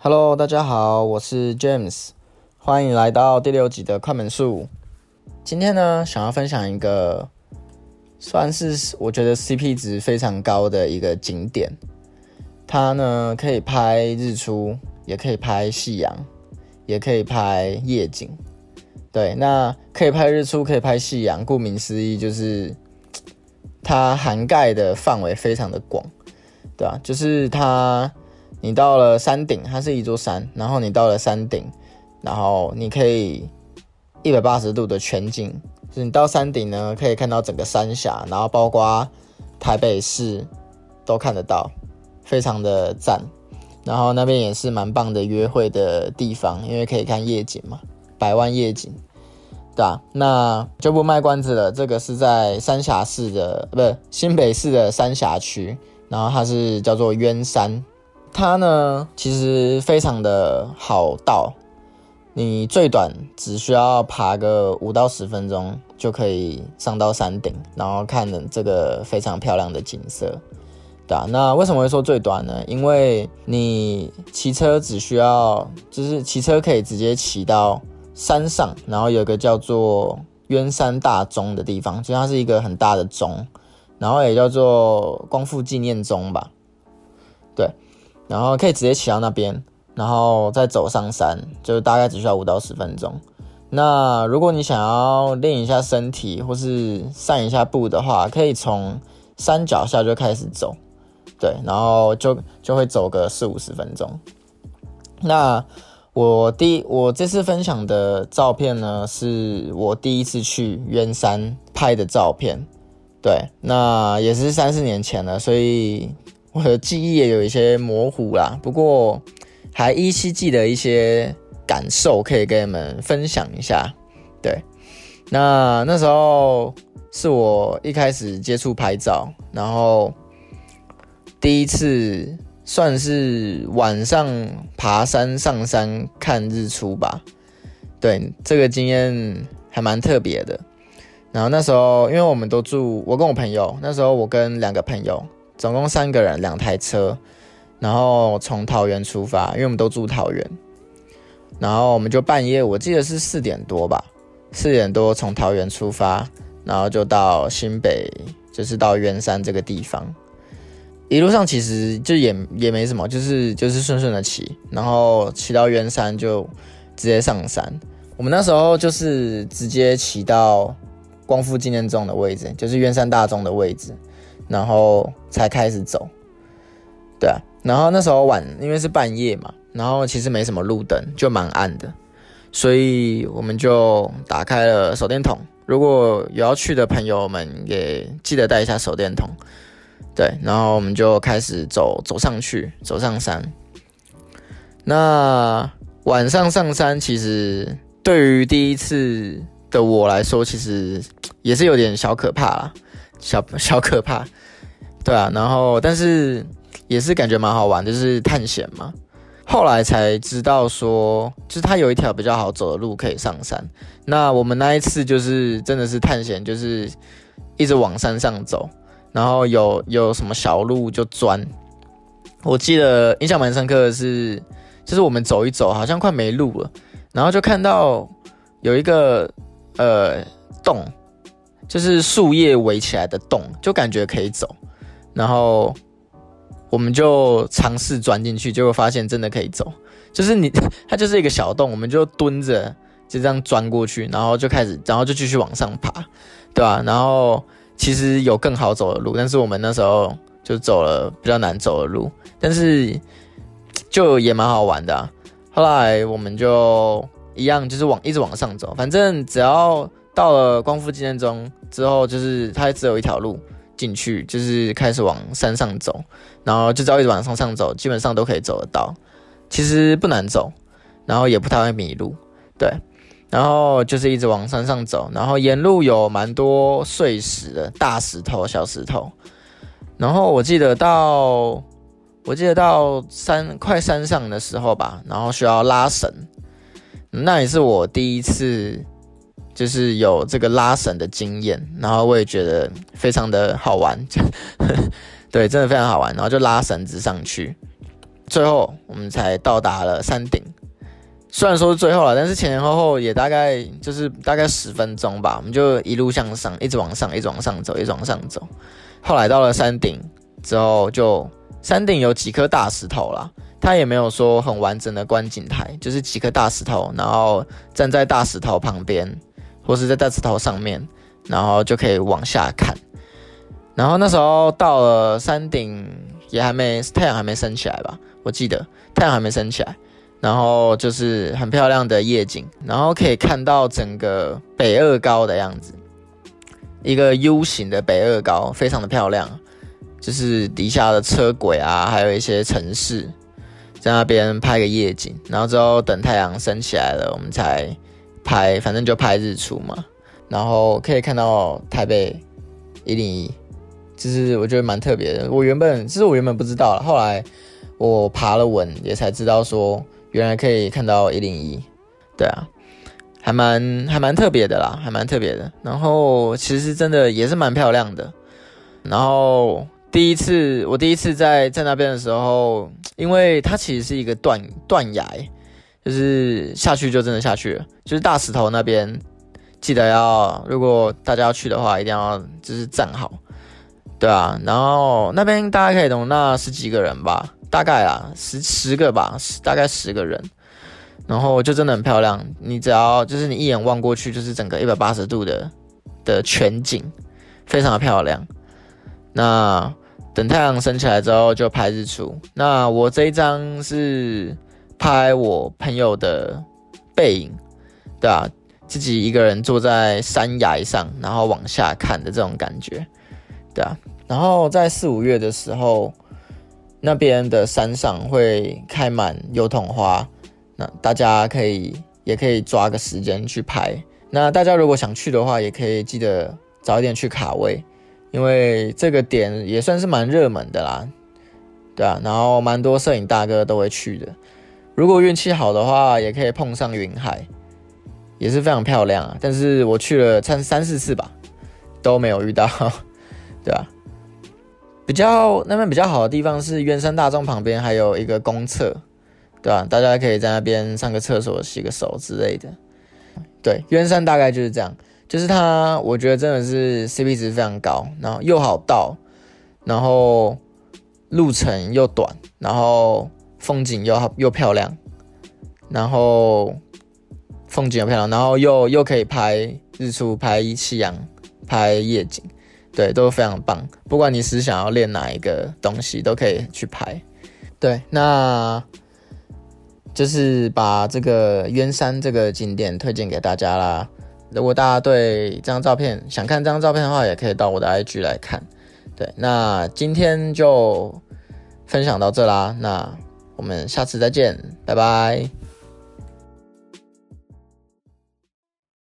Hello， 大家好，我是 James， 欢迎来到第6集的快门术。今天呢，想要分享一个算是我觉得 CP 值非常高的一个景点。它呢可以拍日出，也可以拍夕阳，也可以拍夜景。对，那可以拍日出，可以拍夕阳，顾名思义就是它涵盖的范围非常的广，对吧？就是你到了山顶，它是一座山，然后你到了山顶，然后你可以180度的全景，就是你到山顶呢，可以看到整个三峡，然后包括台北市都看得到，非常的赞。然后那边也是蛮棒的约会的地方，因为可以看夜景嘛，百万夜景，对吧？那就不卖关子了，这个是在新北市的三峡区，然后它是叫做鸢山。它呢其实非常的好到，你最短只需要爬个5到10分钟就可以上到山顶，然后看这个非常漂亮的景色，对啊。那为什么会说最短呢？因为你骑车只需要，就是骑车可以直接骑到山上，然后有一个叫做鸢山大钟的地方，就它是一个很大的钟，然后也叫做光复纪念钟吧，对。然后可以直接骑到那边，然后再走上山，就大概只需要5到10分钟。那如果你想要练一下身体或是散一下步的话，可以从山脚下就开始走，对，然后就会走个40-50分钟。那我这次分享的照片呢，是我第一次去鸢山拍的照片，对，那也是3-4年前了，所以我的记忆也有一些模糊啦，不过还依稀记得一些感受，可以跟你们分享一下。对，那时候是我一开始接触拍照，然后第一次算是晚上爬山上山看日出吧。对，这个经验还蛮特别的。然后那时候因为我们都住，我跟我朋友，那时候我跟2个朋友，总共3个人，2台车，然后从桃园出发，因为我们都住桃园，然后我们就半夜，我记得是4点多吧，4点多从桃园出发，然后就到新北，就是到鸢山这个地方。一路上其实就也没什么，就是顺顺的骑，然后骑到鸢山就直接上山。我们那时候就是直接骑到光复纪念钟的位置，就是鸢山大钟的位置，然后才开始走。对啊，然后那时候因为是半夜嘛，然后其实没什么路灯，就蛮暗的，所以我们就打开了手电筒。如果有要去的朋友们，也记得带一下手电筒。对，然后我们就开始走上山。那晚上上山，其实对于第一次的我来说，其实也是有点小可怕啦，小可怕。对啊，然后但是也是感觉蛮好玩，就是探险嘛。后来才知道说，就是它有一条比较好走的路可以上山。那我们那一次就是真的是探险，就是一直往山上走，然后有什么小路就钻。我记得印象蛮深刻的是，就是我们走一走，好像快没路了，然后就看到有一个洞，就是树叶围起来的洞，就感觉可以走。然后我们就尝试钻进去，结果发现真的可以走，就是它就是一个小洞，我们就蹲着就这样钻过去，然后就继续往上爬，对吧？然后其实有更好走的路，但是我们那时候就走了比较难走的路，但是就也蛮好玩的啊。后来我们就一样，就是一直往上走，反正只要到了光复纪念钟之后，就是它只有一条路进去，就是开始往山上走，然后就只要一直往上走，基本上都可以走得到。其实不难走，然后也不太会迷路，对。然后就是一直往山上走，然后沿路有蛮多碎石的，大石头、小石头。然后我记得到快山上的时候吧，然后需要拉绳，那也是我第一次就是有这个拉绳的经验，然后我也觉得非常的好玩，对，真的非常好玩。然后就拉绳子上去， 最后我们才到达了山顶。虽然说是最后了，但是前后也大概10分钟吧，我们就一路向上，一直往上走。后来到了山顶之后，山顶有几颗大石头啦，它也没有说很完整的观景台，就是几颗大石头，然后站在大石头旁边，或是在大石头上面，然后就可以往下看。然后那时候到了山顶，太阳还没升起来吧，我记得太阳还没升起来。然后就是很漂亮的夜景，然后可以看到整个北二高的样子，一个 U 型的北二高，非常的漂亮，就是底下的车轨啊，还有一些城市，在那边拍个夜景，然后之后等太阳升起来了，我们才拍，反正就拍日出嘛，然后可以看到台北101，就是我觉得蛮特别的，我原本不知道了，后来我爬了文也才知道说，原来可以看到101，对啊，还蛮特别的啦，还蛮特别的。然后其实真的也是蛮漂亮的。然后我第一次在那边的时候，因为它其实是一个断崖，就是下去就真的下去了，就是大石头那边，记得如果大家要去的话，一定要就是站好，对啊。然后那边大概可以容纳10几个人吧。大概10个吧，大概10个人，然后就真的很漂亮。你只要就是你一眼望过去，就是整个180度的全景，非常的漂亮。那等太阳升起来之后就拍日出。那我这一张是拍我朋友的背影，对啊，自己一个人坐在山崖上，然后往下看的这种感觉，对啊。然后在4、5月的时候，那边的山上会开满油桐花，那大家也可以抓个时间去拍。那大家如果想去的话，也可以记得早一点去卡位，因为这个点也算是蛮热门的啦，对啊，然后蛮多摄影大哥都会去的。如果运气好的话，也可以碰上云海，也是非常漂亮啊。但是我去了3、4次吧，都没有遇到，对啊。那边比较好的地方是圆山大众旁边还有一个公厕，对吧？大家可以在那边上个厕所、洗个手之类的。对，圆山大概就是这样，就是它，我觉得真的是 CP 值非常高，然后又好到，然后路程又短，然后风景又漂亮，然后又可以拍日出、拍夕阳、拍夜景。对，都非常棒。不管你是想要练哪一个东西，都可以去拍。对，那就是把这个圆山这个景点推荐给大家啦。如果大家对这张照片想看这张照片的话，也可以到我的 IG 来看。对，那今天就分享到这啦。那我们下次再见，拜拜。